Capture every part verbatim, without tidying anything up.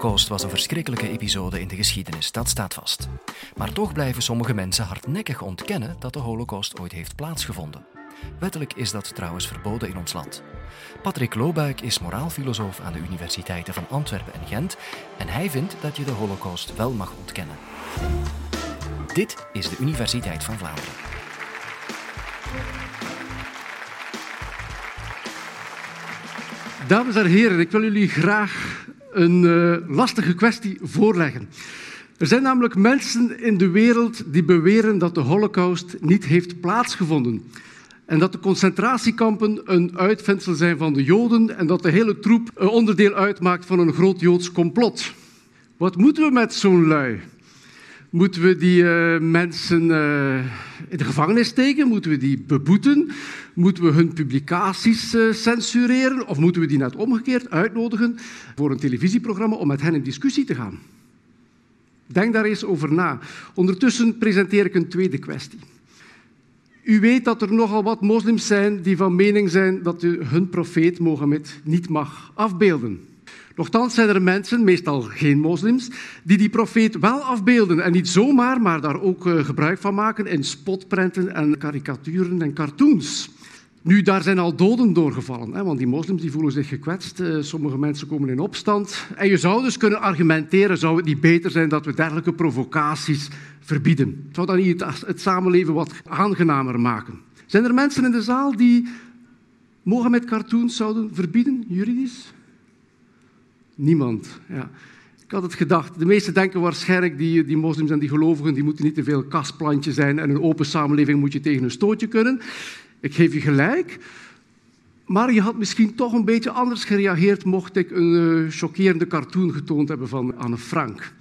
Holocaust was een verschrikkelijke episode in de geschiedenis, dat staat vast. Maar toch blijven sommige mensen hardnekkig ontkennen dat de Holocaust ooit heeft plaatsgevonden. Wettelijk is dat trouwens verboden in ons land. Patrick Loobuik is moraalfilosoof aan de universiteiten van Antwerpen en Gent en hij vindt dat je de Holocaust wel mag ontkennen. Dit is de Universiteit van Vlaanderen. Dames en heren, ik wil jullie graag een uh, lastige kwestie voorleggen. Er zijn namelijk mensen in de wereld die beweren dat de Holocaust niet heeft plaatsgevonden. En dat de concentratiekampen een uitvindsel zijn van de Joden en dat de hele troep een onderdeel uitmaakt van een groot Joods complot. Wat moeten we met zo'n lui? Moeten we die uh, mensen uh, in de gevangenis steken? Moeten we die beboeten? Moeten we hun publicaties uh, censureren? Of moeten we die net omgekeerd uitnodigen voor een televisieprogramma om met hen in discussie te gaan? Denk daar eens over na. Ondertussen presenteer ik een tweede kwestie. U weet dat er nogal wat moslims zijn die van mening zijn dat u hun profeet Mohammed niet mag afbeelden. Nochtans zijn er mensen, meestal geen moslims, die die profeet wel afbeelden. En niet zomaar, maar daar ook uh, gebruik van maken in spotprenten en karikaturen en cartoons. Nu, daar zijn al doden doorgevallen, hè, want die moslims die voelen zich gekwetst. Uh, sommige mensen komen in opstand. En je zou dus kunnen argumenteren, zou het niet beter zijn dat we dergelijke provocaties verbieden? Zou dat niet het, het samenleven wat aangenamer maken? Zijn er mensen in de zaal die Mohammed-cartoons zouden verbieden, juridisch? Niemand, ja. Ik had het gedacht. De meesten denken waarschijnlijk, die, die moslims en die gelovigen, die moeten niet te veel kastplantje zijn en in een open samenleving moet je tegen een stootje kunnen. Ik geef je gelijk. Maar je had misschien toch een beetje anders gereageerd mocht ik een uh, chockerende cartoon getoond hebben van Anne Frank.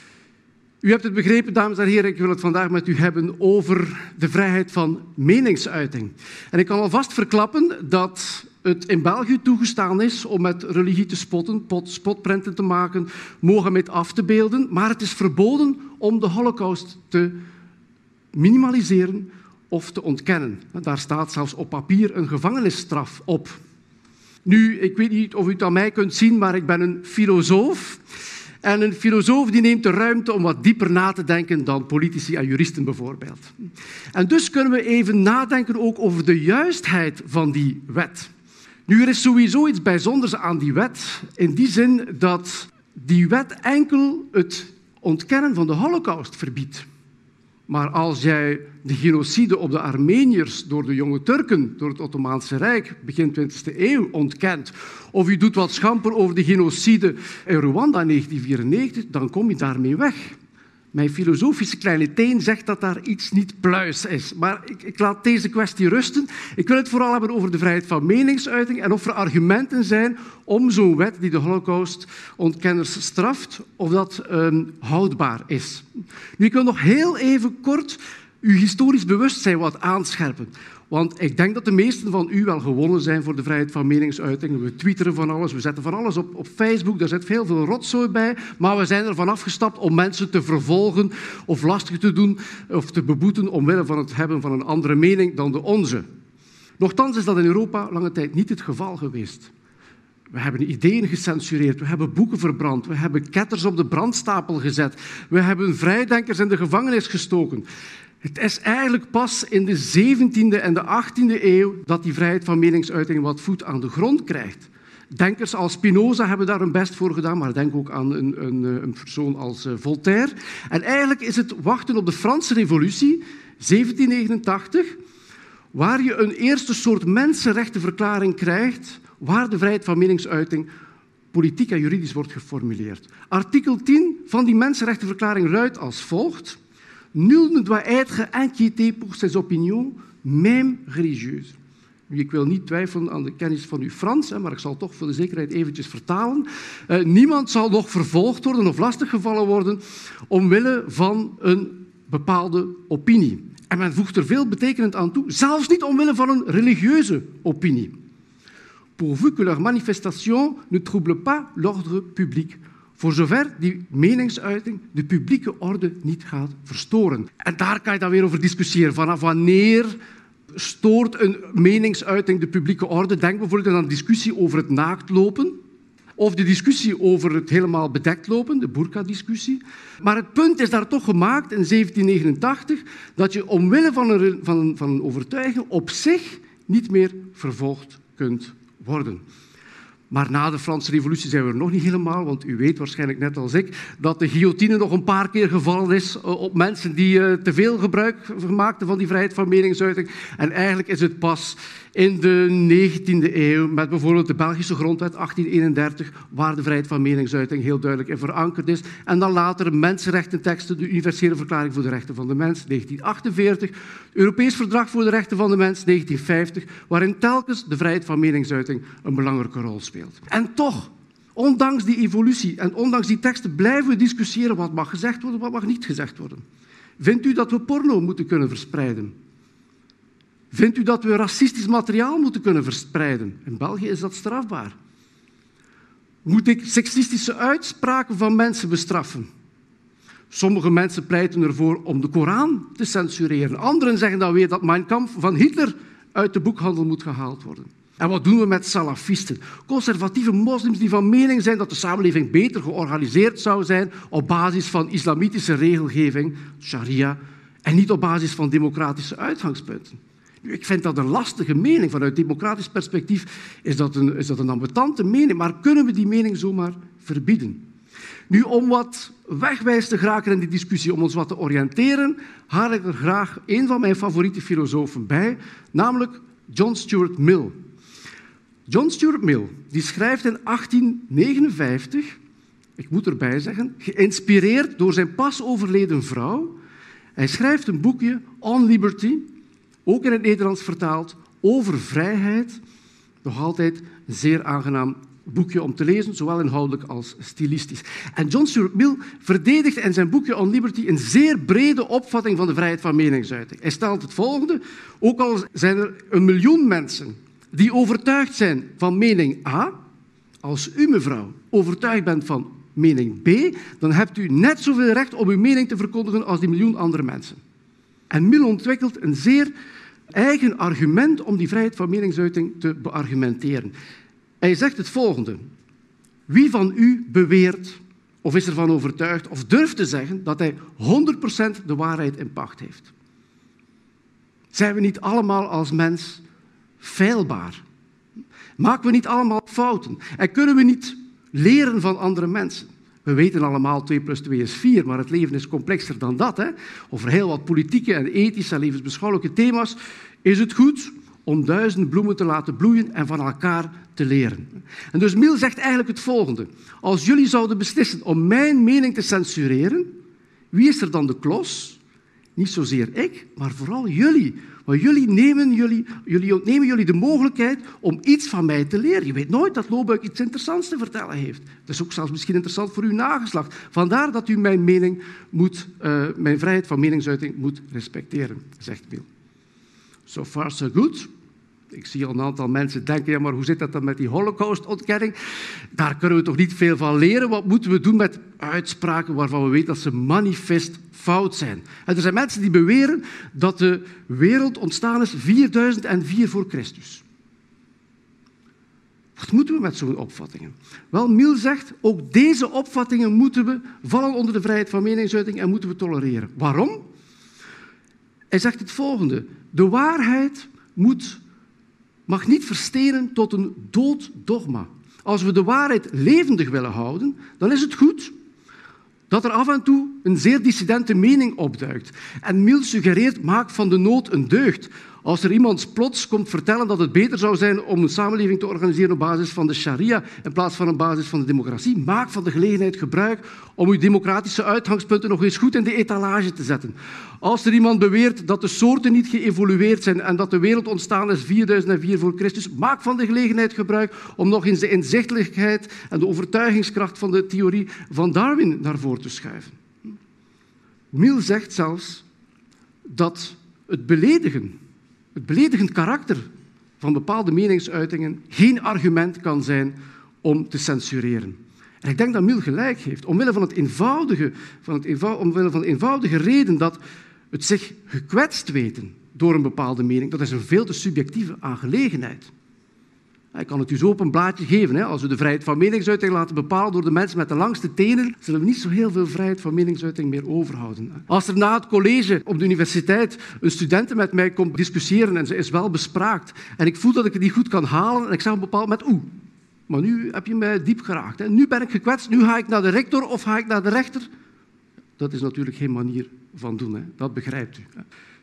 U hebt het begrepen, dames en heren, ik wil het vandaag met u hebben over de vrijheid van meningsuiting. En ik kan alvast verklappen dat het in België toegestaan is om met religie te spotten, spotprenten te maken, Mohammed af te beelden, maar het is verboden om de Holocaust te minimaliseren of te ontkennen. Daar staat zelfs op papier een gevangenisstraf op. Nu, ik weet niet of u het aan mij kunt zien, maar ik ben een filosoof. En een filosoof die neemt de ruimte om wat dieper na te denken dan politici en juristen bijvoorbeeld. En dus kunnen we even nadenken ook over de juistheid van die wet. Nu, er is sowieso iets bijzonders aan die wet, in die zin dat die wet enkel het ontkennen van de Holocaust verbiedt. Maar als jij de genocide op de Armeniërs door de jonge Turken, door het Ottomaanse Rijk, begin twintigste eeuw ontkent, of je doet wat schamper over de genocide in Rwanda in negentien vierennegentig, dan kom je daarmee weg. Mijn filosofische kleine teen zegt dat daar iets niet pluis is. Maar ik, ik laat deze kwestie rusten. Ik wil het vooral hebben over de vrijheid van meningsuiting en of er argumenten zijn om zo'n wet die de Holocaust-ontkenners straft, of dat um, houdbaar is. Nu, ik wil nog heel even kort uw historisch bewustzijn wat aanscherpen. Want ik denk dat de meesten van u wel gewonnen zijn voor de vrijheid van meningsuiting. We twitteren van alles, we zetten van alles op, op Facebook, daar zit heel veel rotzooi bij. Maar we zijn ervan afgestapt om mensen te vervolgen of lastig te doen of te beboeten omwille van het hebben van een andere mening dan de onze. Nochtans is dat in Europa lange tijd niet het geval geweest. We hebben ideeën gecensureerd, we hebben boeken verbrand, we hebben ketters op de brandstapel gezet, we hebben vrijdenkers in de gevangenis gestoken. Het is eigenlijk pas in de zeventiende en de achttiende eeuw dat die vrijheid van meningsuiting wat voet aan de grond krijgt. Denkers als Spinoza hebben daar hun best voor gedaan, maar denk ook aan een, een, een persoon als Voltaire. En eigenlijk is het wachten op de Franse Revolutie, zeventien negenentachtig, waar je een eerste soort mensenrechtenverklaring krijgt, waar de vrijheid van meningsuiting politiek en juridisch wordt geformuleerd. Artikel tien van die mensenrechtenverklaring luidt als volgt: Nul ne doit être inquiété pour ses opinions, même religieuses. Nu, ik wil niet twijfelen aan de kennis van uw Frans, maar ik zal toch voor de zekerheid eventjes vertalen. Uh, niemand zal nog vervolgd worden of lastiggevallen worden omwille van een bepaalde opinie. En men voegt er veel betekenend aan toe, zelfs niet omwille van een religieuze opinie. Pourvu que leur manifestation ne trouble pas l'ordre public. Voor zover die meningsuiting de publieke orde niet gaat verstoren. En daar kan je dan weer over discussiëren. Vanaf wanneer stoort een meningsuiting de publieke orde? Denk bijvoorbeeld aan een discussie over het naaktlopen. of de discussie over het helemaal bedekt lopen, de burka-discussie. Maar het punt is daar toch gemaakt in zeventien negenentachtig dat je omwille van een, van, van een overtuiging op zich niet meer vervolgd kunt worden. Maar na de Franse Revolutie zijn we er nog niet helemaal, want u weet waarschijnlijk net als ik dat de guillotine nog een paar keer gevallen is op mensen die te veel gebruik maakten van die vrijheid van meningsuiting. En eigenlijk is het pas in de negentiende eeuw, met bijvoorbeeld de Belgische grondwet achttien eenendertig, waar de vrijheid van meningsuiting heel duidelijk in verankerd is. En dan later mensenrechtenteksten, de Universele Verklaring voor de Rechten van de Mens, negentien achtenveertig, het Europees Verdrag voor de Rechten van de Mens, negentien vijftig, waarin telkens de vrijheid van meningsuiting een belangrijke rol speelt. En toch, ondanks die evolutie en ondanks die teksten, blijven we discussiëren wat mag gezegd worden, wat mag niet gezegd worden. Vindt u dat we porno moeten kunnen verspreiden? Vindt u dat we racistisch materiaal moeten kunnen verspreiden? In België is dat strafbaar. Moet ik seksistische uitspraken van mensen bestraffen? Sommige mensen pleiten ervoor om de Koran te censureren. Anderen zeggen dan weer dat Mein Kampf van Hitler uit de boekhandel moet gehaald worden. En wat doen we met salafisten? Conservatieve moslims die van mening zijn dat de samenleving beter georganiseerd zou zijn op basis van islamitische regelgeving, sharia, en niet op basis van democratische uitgangspunten. Nu, ik vind dat een lastige mening. Vanuit democratisch perspectief is dat een, is dat een ambetante mening, maar kunnen we die mening zomaar verbieden? Nu, om wat wegwijs te geraken in die discussie, om ons wat te oriënteren, haal ik er graag een van mijn favoriete filosofen bij, namelijk John Stuart Mill. John Stuart Mill die schrijft in achttien negenenvijftig, ik moet erbij zeggen, geïnspireerd door zijn pas overleden vrouw. Hij schrijft een boekje, On Liberty, ook in het Nederlands vertaald, over vrijheid. Nog altijd een zeer aangenaam boekje om te lezen, zowel inhoudelijk als stilistisch. En John Stuart Mill verdedigt in zijn boekje On Liberty een zeer brede opvatting van de vrijheid van meningsuiting. Hij stelt het volgende: ook al zijn er een miljoen mensen die overtuigd zijn van mening A, als u, mevrouw, overtuigd bent van mening B, dan hebt u net zoveel recht om uw mening te verkondigen als die miljoen andere mensen. En Mill ontwikkelt een zeer eigen argument om die vrijheid van meningsuiting te beargumenteren. Hij zegt het volgende: wie van u beweert, of is ervan overtuigd, of durft te zeggen dat hij honderd procent de waarheid in pacht heeft? Zijn we niet allemaal als mens feilbaar? Maken we niet allemaal fouten? En kunnen we niet leren van andere mensen? We weten allemaal twee plus twee is vier, maar het leven is complexer dan dat. Hè? Over heel wat politieke en ethische en levensbeschouwelijke thema's is het goed om duizend bloemen te laten bloeien en van elkaar te leren. En dus Mill zegt eigenlijk het volgende: als jullie zouden beslissen om mijn mening te censureren, wie is er dan de klos? Niet zozeer ik, maar vooral jullie. Want jullie, nemen jullie, jullie ontnemen jullie de mogelijkheid om iets van mij te leren. Je weet nooit dat Loobuik iets interessants te vertellen heeft. Dat is ook zelfs misschien interessant voor uw nageslacht. Vandaar dat u mijn mening moet, uh, mijn vrijheid van meningsuiting moet respecteren, zegt Mill. So far so good. Ik zie al een aantal mensen denken, ja, maar hoe zit dat dan met die Holocaust-ontkenning? Daar kunnen we toch niet veel van leren? Wat moeten we doen met uitspraken waarvan we weten dat ze manifest fout zijn? En er zijn mensen die beweren dat de wereld ontstaan is vierduizend vier voor Christus. Wat moeten we met zo'n opvattingen? Wel, Mill zegt, ook deze opvattingen moeten we vallen onder de vrijheid van meningsuiting en moeten we tolereren. Waarom? Hij zegt het volgende: de waarheid moet... mag niet verstenen tot een dood dogma. Als we de waarheid levendig willen houden, dan is het goed dat er af en toe een zeer dissidente mening opduikt. En Mill suggereert, maak van de nood een deugd. Als er iemand plots komt vertellen dat het beter zou zijn om een samenleving te organiseren op basis van de sharia in plaats van op basis van de democratie, maak van de gelegenheid gebruik om uw democratische uitgangspunten nog eens goed in de etalage te zetten. Als er iemand beweert dat de soorten niet geëvolueerd zijn en dat de wereld ontstaan is vierduizend vier voor Christus, maak van de gelegenheid gebruik om nog eens de inzichtelijkheid en de overtuigingskracht van de theorie van Darwin naar voren te schuiven. Mill zegt zelfs dat het beledigen Het beledigend karakter van bepaalde meningsuitingen geen argument kan zijn om te censureren. En ik denk dat Mill gelijk heeft, omwille van, het eenvoudige, van, het eenvou, omwille van de eenvoudige reden dat het zich gekwetst weten door een bepaalde mening, dat is een veel te subjectieve aangelegenheid. Ik kan het u zo op een blaadje geven. Als we de vrijheid van meningsuiting laten bepalen door de mensen met de langste tenen, zullen we niet zo heel veel vrijheid van meningsuiting meer overhouden. Als er na het college op de universiteit een student met mij komt discussiëren en ze is wel bespraakt en ik voel dat ik het niet goed kan halen en ik zeg op een bepaald moment, oeh, maar nu heb je mij diep geraakt. Hè. Nu ben ik gekwetst, nu ga ik naar de rector of ga ik naar de rechter. Dat is natuurlijk geen manier van doen, hè. Dat begrijpt u.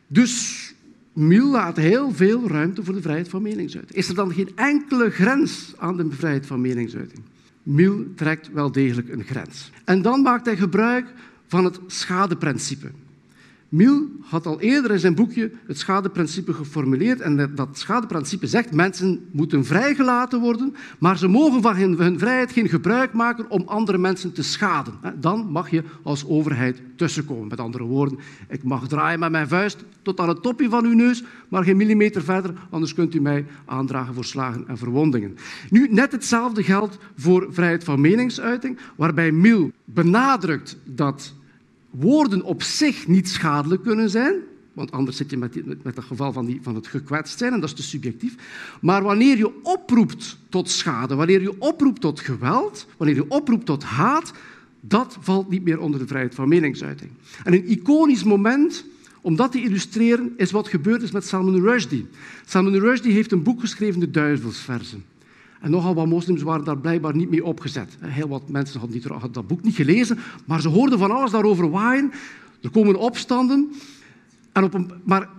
Dus Mill laat heel veel ruimte voor de vrijheid van meningsuiting. Is er dan geen enkele grens aan de vrijheid van meningsuiting? Mill trekt wel degelijk een grens. En dan maakt hij gebruik van het schadeprincipe. Mill had al eerder in zijn boekje het schadeprincipe geformuleerd en dat schadeprincipe zegt mensen moeten vrijgelaten worden, maar ze mogen van hun vrijheid geen gebruik maken om andere mensen te schaden. Dan mag je als overheid tussenkomen. Met andere woorden, ik mag draaien met mijn vuist tot aan het topje van uw neus, maar geen millimeter verder, anders kunt u mij aandragen voor slagen en verwondingen. Nu, net hetzelfde geldt voor vrijheid van meningsuiting, waarbij Mill benadrukt dat woorden op zich niet schadelijk kunnen zijn, want anders zit je met, die, met het geval van, die, van het gekwetst zijn, en dat is te subjectief. Maar wanneer je oproept tot schade, wanneer je oproept tot geweld, wanneer je oproept tot haat, dat valt niet meer onder de vrijheid van meningsuiting. En een iconisch moment om dat te illustreren is wat gebeurd is met Salman Rushdie. Salman Rushdie heeft een boek geschreven, De Duivelsverzen. En nogal wat moslims waren daar blijkbaar niet mee opgezet. Heel wat mensen hadden, niet, hadden dat boek niet gelezen, maar ze hoorden van alles daarover waaien. Er komen opstanden. En op een, maar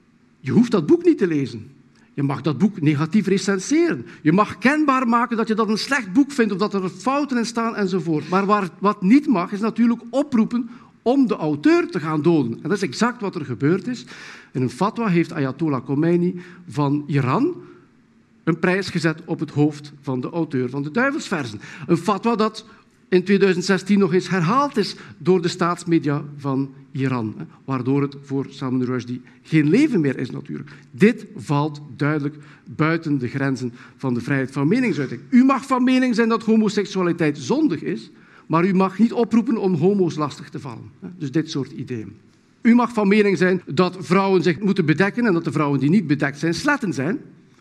je hoeft dat boek niet te lezen. Je mag dat boek negatief recenseren. Je mag kenbaar maken dat je dat een slecht boek vindt of dat er fouten in staan enzovoort. Maar waar, wat niet mag, is natuurlijk oproepen om de auteur te gaan doden. En dat is exact wat er gebeurd is. In een fatwa heeft Ayatollah Khomeini van Iran een prijs gezet op het hoofd van de auteur van de Duivelsverzen. Een fatwa dat in tweeduizend zestien nog eens herhaald is door de staatsmedia van Iran, waardoor het voor Salman Rushdie geen leven meer is natuurlijk. Dit valt duidelijk buiten de grenzen van de vrijheid van meningsuiting. U mag van mening zijn dat homoseksualiteit zondig is, maar u mag niet oproepen om homo's lastig te vallen. Dus dit soort ideeën. U mag van mening zijn dat vrouwen zich moeten bedekken en dat de vrouwen die niet bedekt zijn sletten zijn,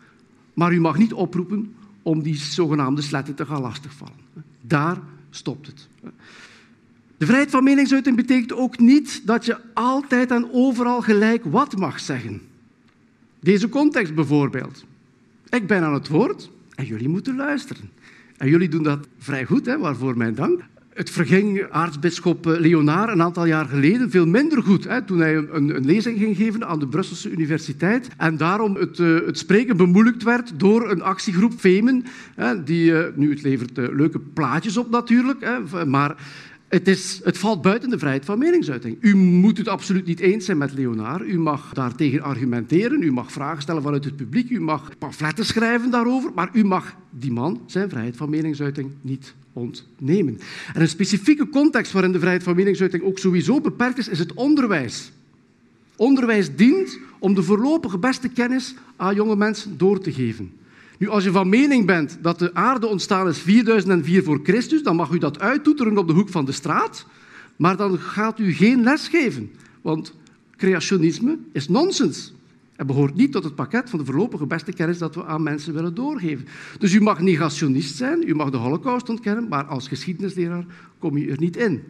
maar u mag niet oproepen om die zogenaamde sletten te gaan lastigvallen. Daar stopt het. De vrijheid van meningsuiting betekent ook niet dat je altijd en overal gelijk wat mag zeggen. Deze context bijvoorbeeld. Ik ben aan het woord en jullie moeten luisteren. En jullie doen dat vrij goed, hè, waarvoor mijn dank. Het verging aartsbisschop Leonard een aantal jaar geleden veel minder goed, hè, toen hij een, een lezing ging geven aan de Brusselse Universiteit en daarom het, uh, het spreken bemoeilijkt werd door een actiegroep Femen, hè, die, uh, nu het levert uh, leuke plaatjes op natuurlijk, hè, maar het, is, het valt buiten de vrijheid van meningsuiting. U moet het absoluut niet eens zijn met Leonard, u mag daartegen argumenteren, u mag vragen stellen vanuit het publiek, u mag pamfletten schrijven daarover, maar u mag die man zijn vrijheid van meningsuiting niet ontnemen. En een specifieke context waarin de vrijheid van meningsuiting ook sowieso beperkt is, is het onderwijs. Onderwijs dient om de voorlopige beste kennis aan jonge mensen door te geven. Nu, als je van mening bent dat de aarde ontstaan is vierduizend vier voor Christus, dan mag u dat uittoeteren op de hoek van de straat, maar dan gaat u geen les geven, want creationisme is nonsens. Het behoort niet tot het pakket van de voorlopige beste kennis dat we aan mensen willen doorgeven. Dus u mag negationist zijn, u mag de Holocaust ontkennen, maar als geschiedenisleraar kom je er niet in.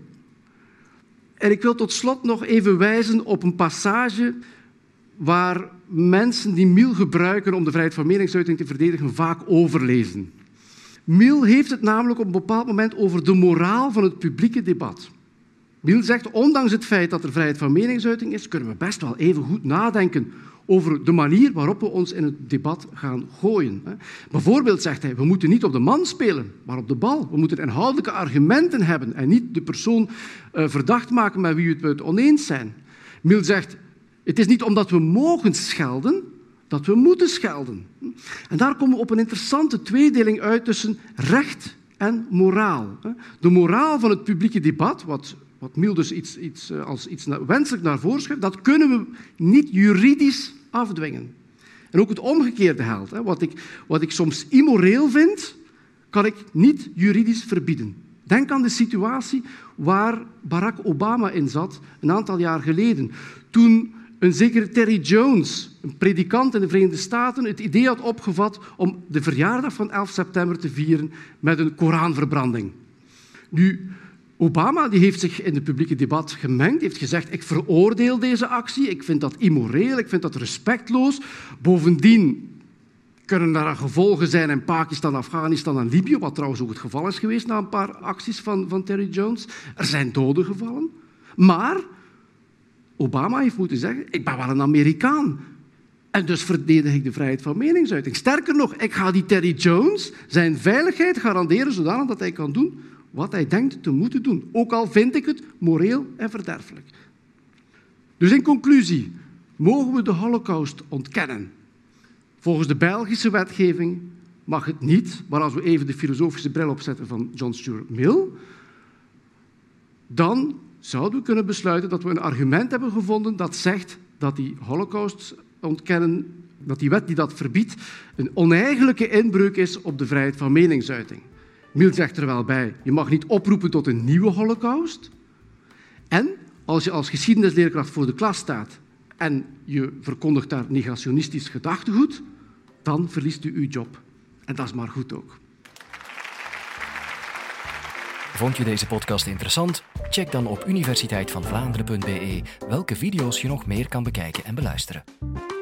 En ik wil tot slot nog even wijzen op een passage waar mensen die Mill gebruiken om de vrijheid van meningsuiting te verdedigen vaak overlezen. Mill heeft het namelijk op een bepaald moment over de moraal van het publieke debat. Mill zegt, ondanks het feit dat er vrijheid van meningsuiting is, kunnen we best wel even goed nadenken over de manier waarop we ons in het debat gaan gooien. Bijvoorbeeld zegt hij, we moeten niet op de man spelen, maar op de bal. We moeten inhoudelijke argumenten hebben en niet de persoon verdacht maken met wie we het oneens zijn. Mill zegt, het is niet omdat we mogen schelden, dat we moeten schelden. En daar komen we op een interessante tweedeling uit tussen recht en moraal. De moraal van het publieke debat, wat, wat Mill dus iets, iets, als iets wenselijk naar voren schuift, dat kunnen we niet juridisch afdwingen. En ook het omgekeerde geldt. Wat ik, wat ik soms immoreel vind, kan ik niet juridisch verbieden. Denk aan de situatie waar Barack Obama in zat een aantal jaar geleden. Toen een zekere Terry Jones, een predikant in de Verenigde Staten, het idee had opgevat om de verjaardag van elf september te vieren met een Koranverbranding. Nu, Obama die heeft zich in het publieke debat gemengd, heeft gezegd, ik veroordeel deze actie, ik vind dat immoreel, ik vind dat respectloos. Bovendien kunnen er gevolgen zijn in Pakistan, Afghanistan en Libië, wat trouwens ook het geval is geweest na een paar acties van, van Terry Jones. Er zijn doden gevallen. Maar Obama heeft moeten zeggen, ik ben wel een Amerikaan. En dus verdedig ik de vrijheid van meningsuiting. Sterker nog, ik ga die Terry Jones zijn veiligheid garanderen zodanig dat hij kan doen wat hij denkt te moeten doen. Ook al vind ik het moreel en verderfelijk. Dus in conclusie, mogen we de Holocaust ontkennen? Volgens de Belgische wetgeving mag het niet, maar als we even de filosofische bril opzetten van John Stuart Mill, dan zouden we kunnen besluiten dat we een argument hebben gevonden dat zegt dat die Holocaust ontkennen, dat die wet die dat verbiedt, een oneigenlijke inbreuk is op de vrijheid van meningsuiting. Mill zegt er wel bij, je mag niet oproepen tot een nieuwe Holocaust. En als je als geschiedenisleerkracht voor de klas staat en je verkondigt daar negationistisch gedachtegoed, dan verliest u uw job. En dat is maar goed ook. Vond je deze podcast interessant? Check dan op universiteit van Vlaanderen punt b e welke video's je nog meer kan bekijken en beluisteren.